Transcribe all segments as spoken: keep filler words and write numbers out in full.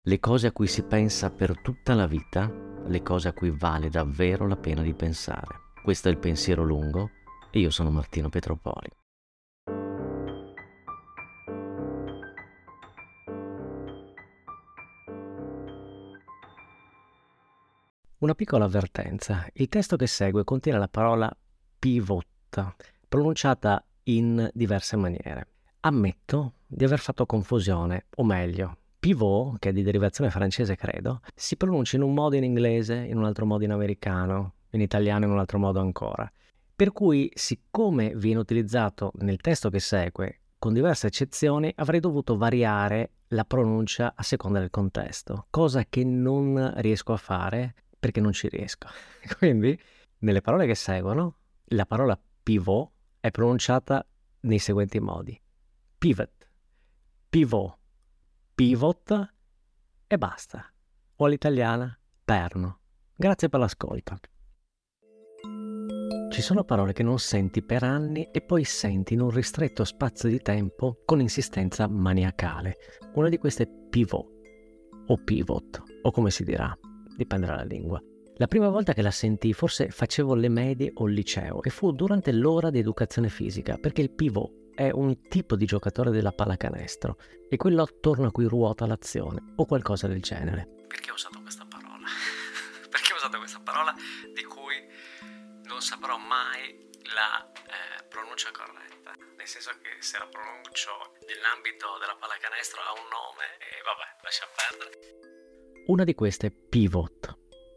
Le cose a cui si pensa per tutta la vita, le cose a cui vale davvero la pena di pensare. Questo è il pensiero lungo e io sono Martino Petropoli. Una piccola avvertenza: il testo che segue contiene la parola pivot, pronunciata in diverse maniere. Ammetto di aver fatto confusione, o meglio, pivot, che è di derivazione francese credo, si pronuncia in un modo in inglese, in un altro modo in americano, in italiano in un altro modo ancora. Per cui, siccome viene utilizzato nel testo che segue, con diverse eccezioni, avrei dovuto variare la pronuncia a seconda del contesto, cosa che non riesco a fare perché non ci riesco. Quindi, nelle parole che seguono, la parola pivot è pronunciata nei seguenti modi: pivot, pivot, pivot e basta. O all'italiana, perno. Grazie per l'ascolto. Ci sono parole che non senti per anni e poi senti in un ristretto spazio di tempo con insistenza maniacale. Una di queste è pivot o pivot, o come si dirà, dipende dalla lingua. La prima volta che la sentii forse facevo le medie o il liceo e fu durante l'ora di educazione fisica, perché il pivot è un tipo di giocatore della pallacanestro e quello attorno a cui ruota l'azione o qualcosa del genere. Perché ho usato questa parola? Perché ho usato questa parola di cui non saprò mai la eh, pronuncia corretta, nel senso che se la pronuncio nell'ambito della pallacanestro ha un nome e vabbè, lascia perdere. Una di queste è pivot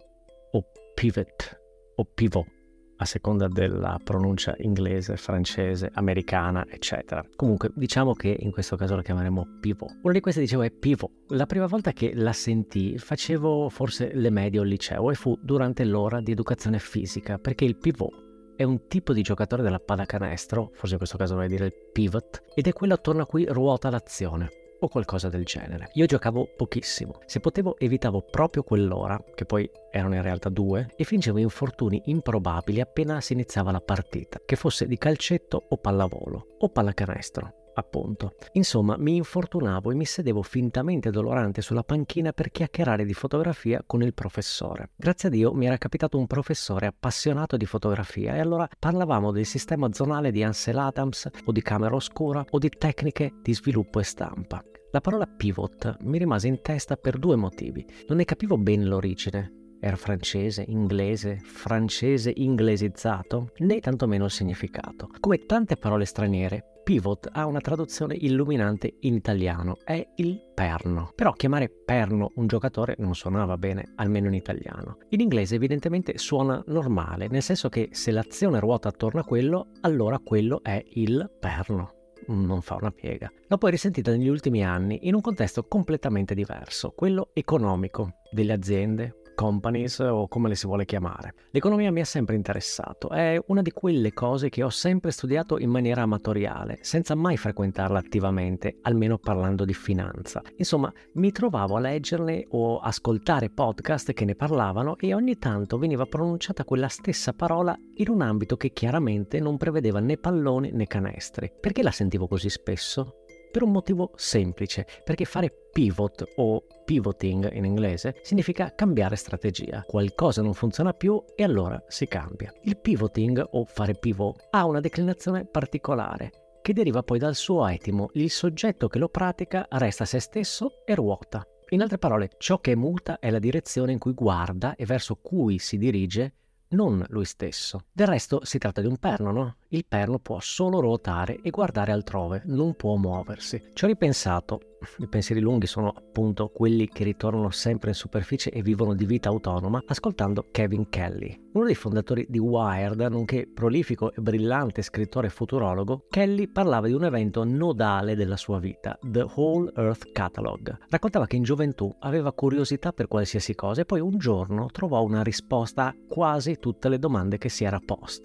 o pivot o pivot, a seconda della pronuncia inglese, francese, americana, eccetera. Comunque, diciamo che in questo caso la chiameremo pivot. Una di queste, dicevo, è pivot. La prima volta che la sentii facevo forse le medie o il liceo e fu durante l'ora di educazione fisica, perché il pivot è un tipo di giocatore della pallacanestro, forse in questo caso dovrei dire il pivot, ed è quello attorno a cui ruota l'azione o qualcosa del genere. Io giocavo pochissimo, se potevo evitavo proprio quell'ora, che poi erano in realtà due, e fingevo infortuni improbabili appena si iniziava la partita, che fosse di calcetto o pallavolo o pallacanestro, appunto. Insomma, mi infortunavo e mi sedevo fintamente dolorante sulla panchina per chiacchierare di fotografia con il professore. Grazie a Dio mi era capitato un professore appassionato di fotografia e allora parlavamo del sistema zonale di Ansel Adams o di camera oscura o di tecniche di sviluppo e stampa. La parola pivot mi rimase in testa per due motivi. Non ne capivo bene l'origine. Era francese, inglese, francese inglesizzato, né tantomeno il significato. Come tante parole straniere, pivot ha una traduzione illuminante in italiano, è il perno. Però chiamare perno un giocatore non suonava bene, almeno in italiano. In inglese evidentemente suona normale, nel senso che se l'azione ruota attorno a quello, allora quello è il perno. Non fa una piega. L'ho poi risentita negli ultimi anni in un contesto completamente diverso, quello economico, delle aziende, companies o come le si vuole chiamare. L'economia mi ha sempre interessato, è una di quelle cose che ho sempre studiato in maniera amatoriale, senza mai frequentarla attivamente, almeno parlando di finanza. Insomma, mi trovavo a leggerne o ascoltare podcast che ne parlavano e ogni tanto veniva pronunciata quella stessa parola in un ambito che chiaramente non prevedeva né palloni né canestri. Perché la sentivo così spesso? Per un motivo semplice, perché fare pivot o pivoting in inglese significa cambiare strategia. Qualcosa non funziona più e allora si cambia. Il pivoting o fare pivot ha una declinazione particolare che deriva poi dal suo etimo. Il soggetto che lo pratica resta se stesso e ruota. In altre parole, ciò che muta è la direzione in cui guarda e verso cui si dirige, non lui stesso. Del resto si tratta di un perno, no? Il perno può solo ruotare e guardare altrove, non può muoversi. Ci ho ripensato. I pensieri lunghi sono appunto quelli che ritornano sempre in superficie e vivono di vita autonoma, ascoltando Kevin Kelly. Uno dei fondatori di Wired, nonché prolifico e brillante scrittore futurologo, Kelly parlava di un evento nodale della sua vita, The Whole Earth Catalog. Raccontava che in gioventù aveva curiosità per qualsiasi cosa e poi un giorno trovò una risposta a quasi tutte le domande che si era posto.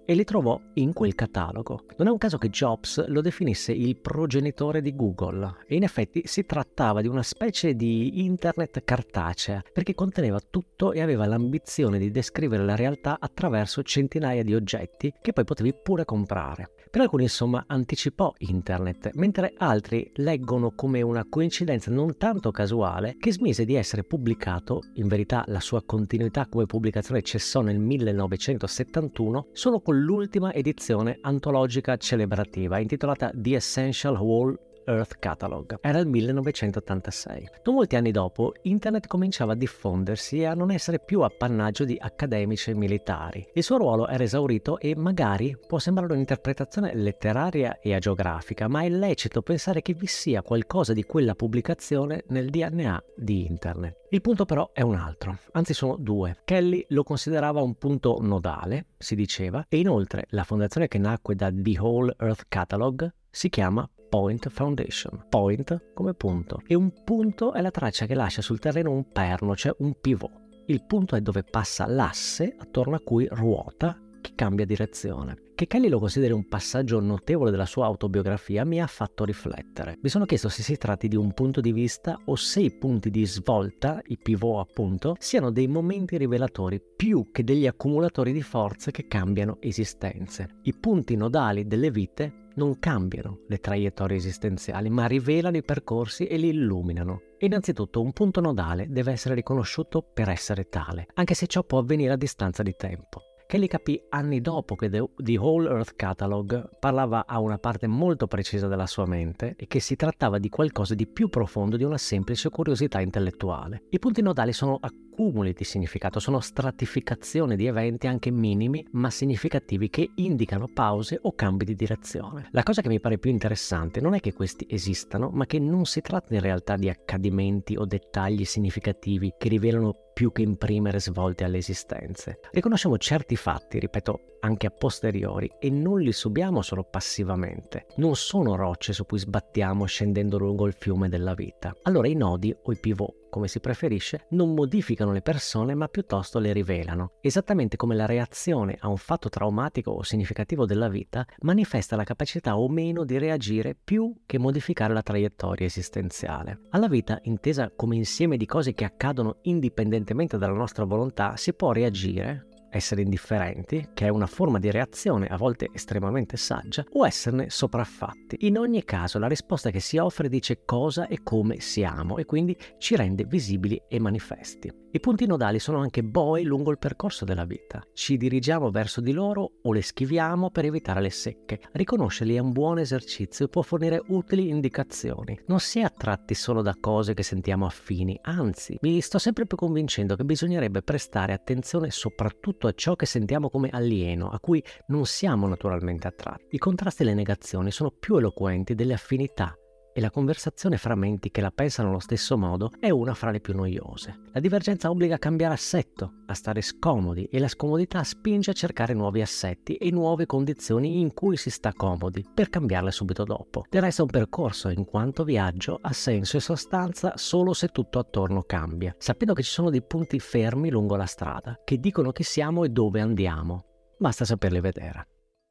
e li trovò in quel catalogo. Non è un caso che Jobs lo definisse il progenitore di Google, e in effetti si trattava di una specie di internet cartacea, perché conteneva tutto e aveva l'ambizione di descrivere la realtà attraverso centinaia di oggetti che poi potevi pure comprare. Per alcuni, insomma, anticipò internet, mentre altri leggono come una coincidenza non tanto casuale che smise di essere pubblicato, in verità la sua continuità come pubblicazione cessò nel millenovecentosettantuno, solo con l'ultima edizione antologica celebrativa intitolata The Essential Whole Earth Catalog. Era il millenovecentottantasei. Non molti anni dopo, internet cominciava a diffondersi e a non essere più appannaggio di accademici e militari. Il suo ruolo era esaurito e magari può sembrare un'interpretazione letteraria e agiografica, ma è lecito pensare che vi sia qualcosa di quella pubblicazione nel D N A di internet. Il punto però è un altro, anzi sono due. Kelly lo considerava un punto nodale, si diceva, e inoltre la fondazione che nacque da The Whole Earth Catalog si chiama Point Foundation. Point come punto. E un punto è la traccia che lascia sul terreno un perno, cioè un pivot. Il punto è dove passa l'asse attorno a cui ruota chi cambia direzione. Che Kelly lo consideri un passaggio notevole della sua autobiografia mi ha fatto riflettere. Mi sono chiesto se si tratti di un punto di vista o se i punti di svolta, i pivot appunto, siano dei momenti rivelatori più che degli accumulatori di forze che cambiano esistenze. I punti nodali delle vite non cambiano le traiettorie esistenziali, ma rivelano i percorsi e li illuminano. E innanzitutto un punto nodale deve essere riconosciuto per essere tale, anche se ciò può avvenire a distanza di tempo. Kelly capì anni dopo che The, The Whole Earth Catalog parlava a una parte molto precisa della sua mente e che si trattava di qualcosa di più profondo di una semplice curiosità intellettuale. I punti nodali sono accumuli di significato, sono stratificazioni di eventi anche minimi ma significativi che indicano pause o cambi di direzione. La cosa che mi pare più interessante non è che questi esistano, ma che non si tratta in realtà di accadimenti o dettagli significativi che rivelano più che imprimere svolte alle esistenze. Riconosciamo certi fatti, ripeto, anche a posteriori, e non li subiamo solo passivamente. Non sono rocce su cui sbattiamo scendendo lungo il fiume della vita. Allora i nodi o i pivot, come si preferisce, non modificano le persone ma piuttosto le rivelano, esattamente come la reazione a un fatto traumatico o significativo della vita manifesta la capacità o meno di reagire più che modificare la traiettoria esistenziale. Alla vita, intesa come insieme di cose che accadono indipendentemente dalla nostra volontà, si può reagire, essere indifferenti, che è una forma di reazione a volte estremamente saggia, o esserne sopraffatti. In ogni caso la risposta che si offre dice cosa e come siamo e quindi ci rende visibili e manifesti. I punti nodali sono anche boe lungo il percorso della vita. Ci dirigiamo verso di loro o le schiviamo per evitare le secche. Riconoscerli è un buon esercizio e può fornire utili indicazioni. Non si è attratti solo da cose che sentiamo affini, anzi, mi sto sempre più convincendo che bisognerebbe prestare attenzione soprattutto a ciò che sentiamo come alieno, a cui non siamo naturalmente attratti. I contrasti e le negazioni sono più eloquenti delle affinità, e la conversazione fra menti che la pensano allo stesso modo è una fra le più noiose. La divergenza obbliga a cambiare assetto, a stare scomodi, e la scomodità spinge a cercare nuovi assetti e nuove condizioni in cui si sta comodi, per cambiarle subito dopo. Del resto è un percorso, in quanto viaggio ha senso e sostanza solo se tutto attorno cambia, sapendo che ci sono dei punti fermi lungo la strada, che dicono chi siamo e dove andiamo. Basta saperli vedere.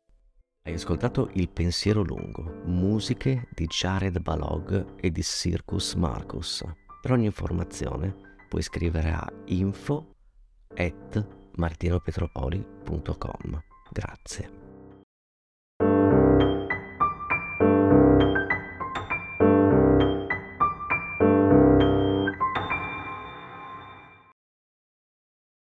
Hai ascoltato Il pensiero lungo, musiche di Jared Balog e di Circus Marcus. Per ogni informazione puoi scrivere a info at martinopetropoli punto com. Grazie.